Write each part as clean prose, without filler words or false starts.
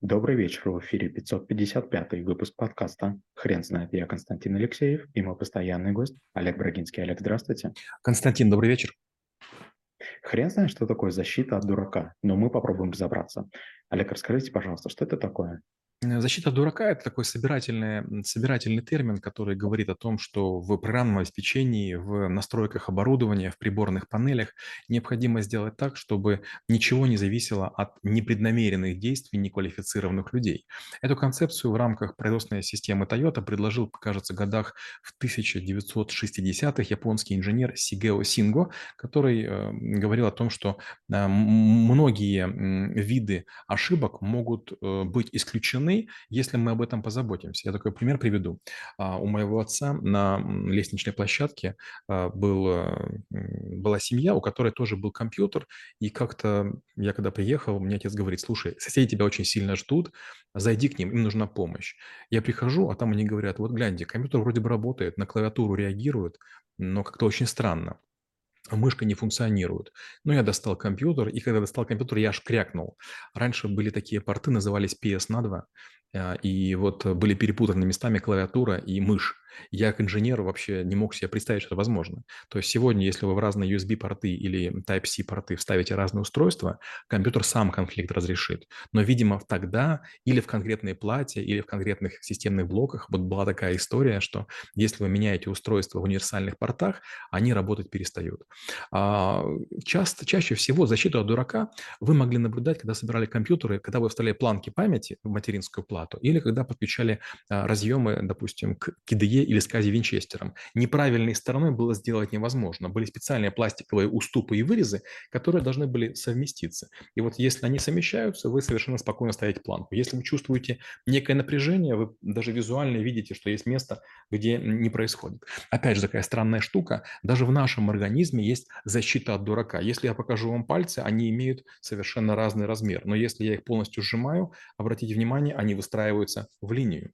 Добрый вечер, в эфире 555 выпуск подкаста «Хрен знает». Я Константин Алексеев и мой постоянный гость Олег Брагинский. Олег, здравствуйте. Константин, добрый вечер. Хрен знает, что такое защита от дурака, но мы попробуем разобраться. Олег, расскажите, пожалуйста, что это такое? Защита от дурака – это такой собирательный термин, который говорит о том, что в программном обеспечении, в настройках оборудования, в приборных панелях необходимо сделать так, чтобы ничего не зависело от непреднамеренных действий неквалифицированных людей. Эту концепцию в рамках производственной системы Toyota предложил, кажется, в годах в 1960-х японский инженер Сигео Синго, который говорил о том, что многие виды ошибок могут быть исключены, если мы об этом позаботимся. Я такой пример приведу. У моего отца на лестничной площадке была семья, у которой тоже был компьютер, и как-то я когда приехал, мне отец говорит: слушай, соседи тебя очень сильно ждут, зайди к ним, им нужна помощь. Я прихожу, а там они говорят: вот гляньте, компьютер вроде бы работает, на клавиатуру реагирует, но как-то очень странно. Мышка не функционирует. Ну, я достал компьютер, и когда достал компьютер, я аж крякнул. Раньше были такие порты, назывались PS на 2, и вот были перепутаны местами клавиатура и мышь. Я как инженер вообще не мог себе представить, что это возможно. То есть сегодня, если вы в разные USB-порты или Type-C порты вставите разные устройства, компьютер сам конфликт разрешит. Но, видимо, тогда или в конкретной плате, или в конкретных системных блоках вот была такая история, что если вы меняете устройство в универсальных портах, они работать перестают. А, чаще всего защиту от дурака вы могли наблюдать, когда собирали компьютеры, когда вы вставляли планки памяти в материнскую плату или когда подключали разъемы, допустим, к KDE или SCSI Винчестерам. Неправильной стороной было сделать невозможно. Были специальные пластиковые уступы и вырезы, которые должны были совместиться. И вот если они совмещаются, вы совершенно спокойно ставите планку. Если вы чувствуете некое напряжение, вы даже визуально видите, что есть место, где не происходит. Опять же, такая странная штука. Даже в нашем организме есть защита от дурака. Если я покажу вам пальцы, они имеют совершенно разный размер. Но если я их полностью сжимаю, обратите внимание, они выстраиваются в линию.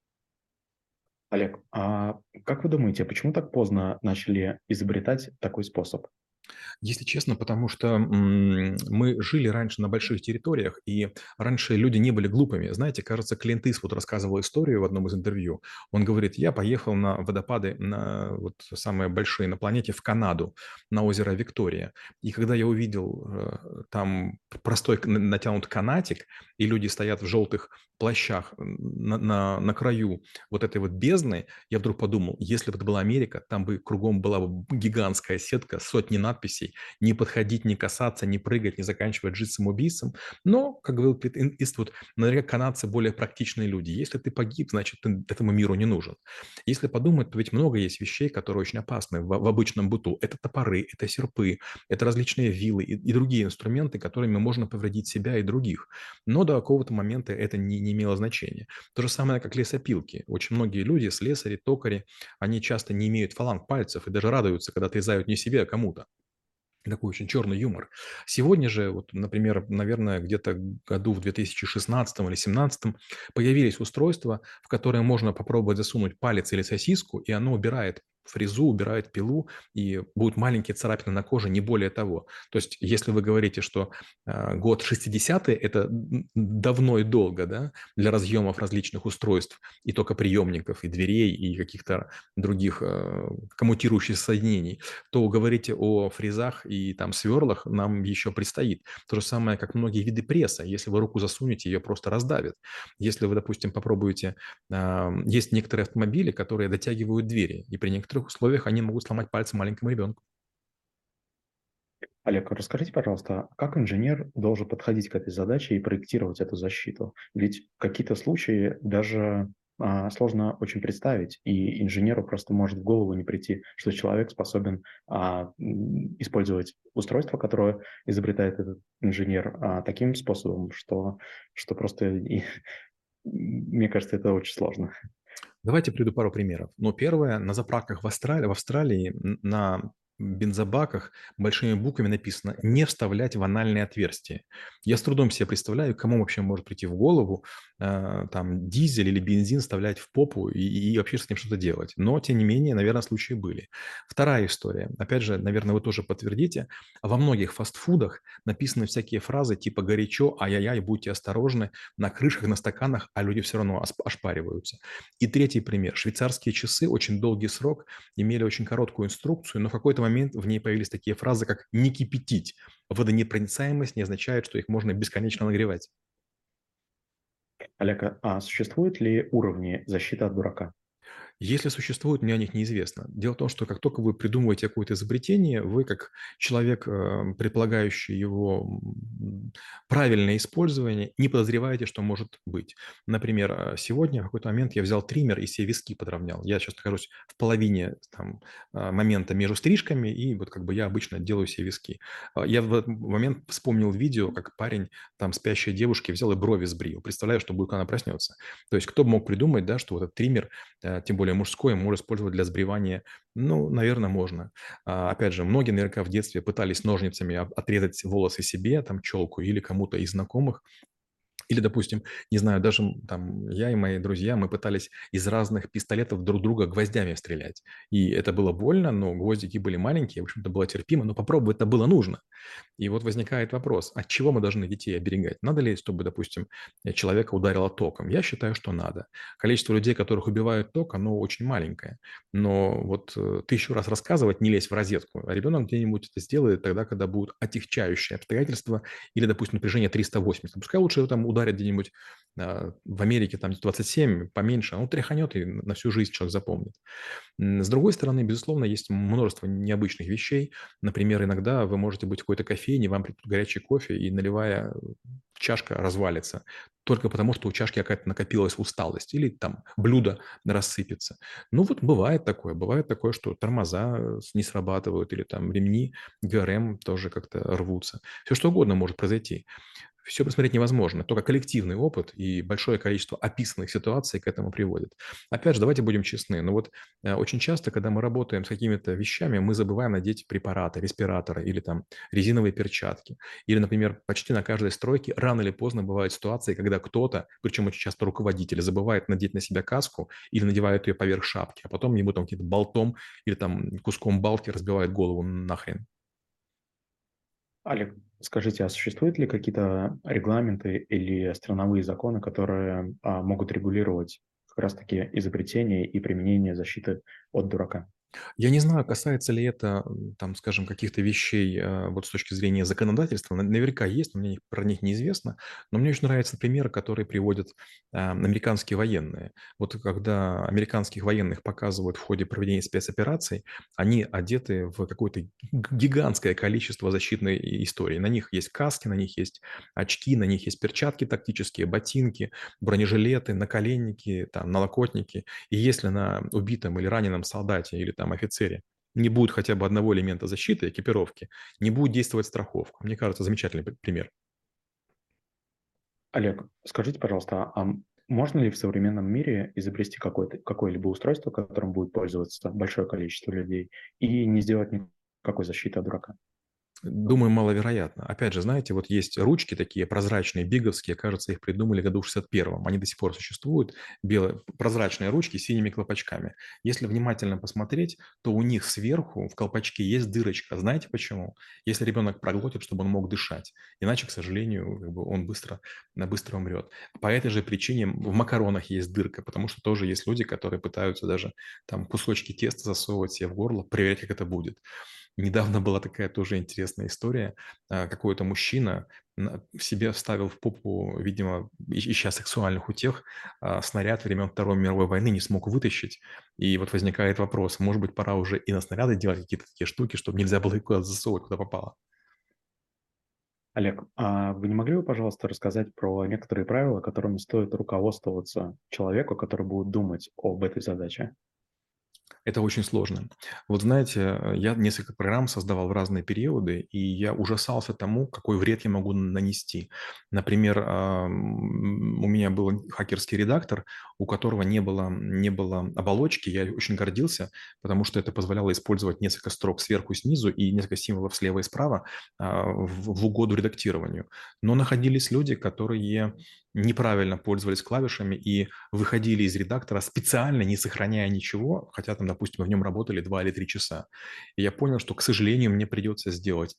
Олег, а как вы думаете, почему так поздно начали изобретать такой способ? Если честно, потому что мы жили раньше на больших территориях, и раньше люди не были глупыми. Знаете, кажется, Клинт Иствуд рассказывал историю в одном из интервью. Он говорит: я поехал на водопады, на вот самые большие на планете, в Канаду, на озеро Виктория. И когда я увидел там простой натянут канатик, и люди стоят в желтых плащах на краю вот этой вот бездны, я вдруг подумал: если бы это была Америка, там бы кругом была бы гигантская сетка, сотни надписей: не подходить, не касаться, не прыгать, не заканчивать жизнь самоубийцем. Но, как говорил Клинт Иствуд, наверняка канадцы более практичные люди. Если ты погиб, значит, ты этому миру не нужен. Если подумать, то ведь много есть вещей, которые очень опасны в обычном быту. Это топоры, это серпы, это различные вилы и другие инструменты, которыми можно повредить себя и других. Но до какого-то момента это не имело значения. То же самое, как лесопилки. Очень многие люди, слесари, токари, они часто не имеют фаланг пальцев и даже радуются, когда отрезают не себе, а кому-то. Такой очень черный юмор. Сегодня же, вот, например, наверное, где-то году в 2016 или 2017 появились устройства, в которые можно попробовать засунуть палец или сосиску, и оно убирает фрезу, убирает пилу, и будут маленькие царапины на коже, не более того. То есть, если вы говорите, что год 60-е – это давно и долго, да, для разъемов различных устройств, и токоприемников, и дверей, и каких-то других коммутирующих соединений, то говорить о фрезах и там сверлах нам еще предстоит. То же самое, как многие виды пресса. Если вы руку засунете, ее просто раздавит. Если вы, допустим, попробуете... Есть некоторые автомобили, которые дотягивают двери, и при некоторых условиях они могут сломать пальцы маленькому ребенку. Олег, расскажите, пожалуйста, как инженер должен подходить к этой задаче и проектировать эту защиту? Ведь какие-то случаи даже сложно очень представить, и инженеру просто может в голову не прийти, что человек способен использовать устройство, которое изобретает этот инженер, таким способом, что просто, мне кажется, это очень сложно. Давайте приведу пару примеров. Ну, первое, на заправках в Австралии на бензобаках большими буквами написано «Не вставлять в анальные отверстия». Я с трудом себе представляю, кому вообще может прийти в голову там дизель или бензин вставлять в попу и вообще с ним что-то делать. Но, тем не менее, наверное, случаи были. Вторая история. Опять же, наверное, вы тоже подтвердите. Во многих фастфудах написаны всякие фразы типа «горячо», «ай-яй-яй», «будьте осторожны», на крышках, на стаканах, а люди все равно ошпариваются. И третий пример. Швейцарские часы очень долгий срок имели очень короткую инструкцию, но в какой-то момент в ней появились такие фразы, как «не кипятить». Водонепроницаемость не означает, что их можно бесконечно нагревать. Олег, а существуют ли уровни защиты от дурака? Если существует, мне о них неизвестно. Дело в том, что как только вы придумываете какое-то изобретение, вы как человек, предполагающий его правильное использование, не подозреваете, что может быть. Например, сегодня в какой-то момент я взял триммер и себе виски подровнял. Я сейчас нахожусь в половине там, момента между стрижками, и вот как бы я обычно делаю себе виски. Я в этот момент вспомнил видео, как парень там спящей девушки взял и брови сбрил. Представляю, что будет, когда она проснется. То есть кто бы мог придумать, да, что вот этот триммер тем более мужское, можно использовать для сбривания, ну, наверное, можно. Опять же, многие наверняка в детстве пытались ножницами отрезать волосы себе, там, челку или кому-то из знакомых, или, допустим, не знаю, даже там я и мои друзья, мы пытались из разных пистолетов друг друга гвоздями стрелять. И это было больно, но гвоздики были маленькие, в общем-то, было терпимо, но попробовать это было нужно. И вот возникает вопрос, от чего мы должны детей оберегать? Надо ли, чтобы, допустим, человека ударило током? Я считаю, что надо. Количество людей, которых убивают ток, оно очень маленькое. Но вот 1000 раз рассказывать, не лезь в розетку, а ребенок где-нибудь это сделает тогда, когда будут отягчающие обстоятельства или, допустим, напряжение 380. Пускай лучше его там ударят где-нибудь в Америке, там 27, поменьше, он тряханет и на всю жизнь человек запомнит. С другой стороны, безусловно, есть множество необычных вещей. Например, иногда вы можете быть в какой-то кофейне, вам придут горячий кофе, и наливая, чашка развалится. Только потому, что у чашки какая-то накопилась усталость или там блюдо рассыпется. Ну вот бывает такое, что тормоза не срабатывают или там ремни ГРМ тоже как-то рвутся. Все что угодно может произойти. Все посмотреть невозможно, только коллективный опыт и большое количество описанных ситуаций к этому приводит. Опять же, давайте будем честны, но вот очень часто, когда мы работаем с какими-то вещами, мы забываем надеть препараты, респираторы или там резиновые перчатки. Или, например, почти на каждой стройке рано или поздно бывают ситуации, когда кто-то, причем очень часто руководитель, забывает надеть на себя каску или надевает ее поверх шапки, а потом ему там каким-то болтом или там куском балки разбивает голову нахрен. Олег, скажите, а существуют ли какие-то регламенты или страновые законы, которые могут регулировать как раз-таки изобретение и применение защиты от дурака? Я не знаю, касается ли это, там, скажем, каких-то вещей, вот с точки зрения законодательства. Наверняка есть, но мне про них неизвестно. Но мне очень нравятся примеры, которые приводят американские военные. Вот когда американских военных показывают в ходе проведения спецопераций, они одеты в какое-то гигантское количество защитной истории. На них есть каски, на них есть очки, на них есть перчатки тактические, ботинки, бронежилеты, наколенники, там, налокотники. И если на убитом или раненом солдате или там офицере не будет хотя бы одного элемента защиты, экипировки, не будет действовать страховка. Мне кажется, замечательный пример. Олег, скажите, пожалуйста, можно ли в современном мире изобрести какое-либо устройство, которым будет пользоваться большое количество людей, и не сделать никакой защиты от дурака? Думаю, маловероятно. Опять же, знаете, вот есть ручки такие прозрачные, биговские, кажется, их придумали году в 61-м. Они до сих пор существуют. Белые, прозрачные ручки с синими колпачками. Если внимательно посмотреть, то у них сверху в колпачке есть дырочка. Знаете почему? Если ребенок проглотит, чтобы он мог дышать. Иначе, к сожалению, как бы он быстро умрет. По этой же причине в макаронах есть дырка, потому что тоже есть люди, которые пытаются даже там кусочки теста засовывать себе в горло, проверять, как это будет. Недавно была такая тоже интересная история. Какой-то мужчина в себе вставил в попу, видимо, ища сексуальных утех, снаряд времен Второй мировой войны, не смог вытащить. И вот возникает вопрос, может быть, пора уже и на снаряды делать какие-то такие штуки, чтобы нельзя было их куда-то засовывать, куда попало. Олег, а вы не могли бы, пожалуйста, рассказать про некоторые правила, которыми стоит руководствоваться человеку, который будет думать об этой задаче? Это очень сложно. Вот знаете, я несколько программ создавал в разные периоды, и я ужасался тому, какой вред я могу нанести. Например, у меня был хакерский редактор, у которого не было оболочки. Я очень гордился, потому что это позволяло использовать несколько строк сверху и снизу и несколько символов слева и справа в угоду редактированию. Но находились люди, которые неправильно пользовались клавишами и выходили из редактора специально, не сохраняя ничего, хотя там, допустим, мы в нем работали 2 или 3 часа. И я понял, что, к сожалению, мне придется сделать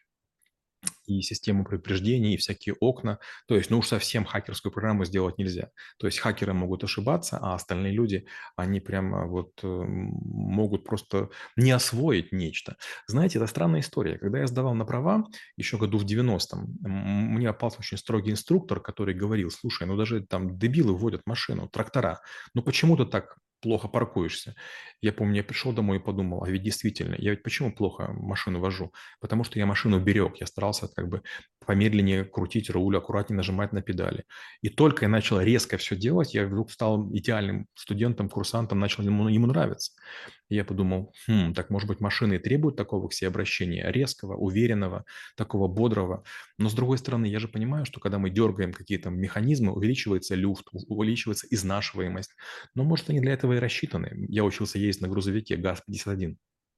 и систему предупреждений, и всякие окна. То есть, ну уж совсем хакерскую программу сделать нельзя. То есть хакеры могут ошибаться, а остальные люди, они прямо вот могут просто не освоить нечто. Знаете, это странная история. Когда я сдавал на права, еще году в 90-м, мне попался очень строгий инструктор, который говорил: слушай, ну даже там дебилы водят машину, трактора, ну почему ты так плохо паркуешься? Я помню, я пришел домой и подумал, а ведь действительно, я ведь почему плохо машину вожу? Потому что я машину берег, я старался как бы помедленнее крутить руль, аккуратнее нажимать на педали. И только я начал резко все делать, я вдруг стал идеальным студентом, курсантом, начал ему нравиться. И я подумал, так может быть машины и требуют такого к себе обращения, резкого, уверенного, такого бодрого. Но с другой стороны, я же понимаю, что когда мы дергаем какие-то механизмы, увеличивается люфт, увеличивается изнашиваемость. Но может они для этого и рассчитаны. Я учился ездить на грузовике ГАЗ-51.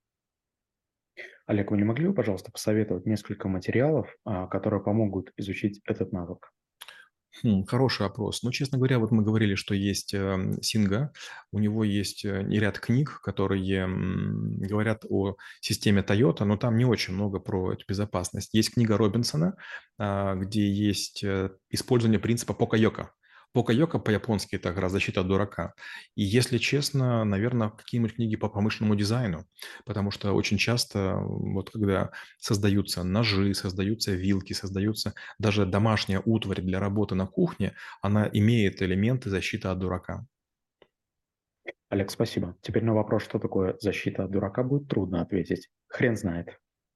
Олег, вы не могли бы, пожалуйста, посоветовать несколько материалов, которые помогут изучить этот навык? Хороший опрос. Ну, честно говоря, вот мы говорили, что есть Синга, у него есть и ряд книг, которые говорят о системе Toyota, но там не очень много про эту безопасность. Есть книга Робинсона, где есть использование принципа покайока. Покайока по-японски это как раз защита от дурака. И если честно, наверное, какие-нибудь книги по промышленному дизайну, потому что очень часто, вот когда создаются ножи, создаются вилки, создаются даже домашняя утварь для работы на кухне, она имеет элементы защиты от дурака. Олег, спасибо. Теперь на вопрос, что такое защита от дурака, будет трудно ответить. Хрен знает.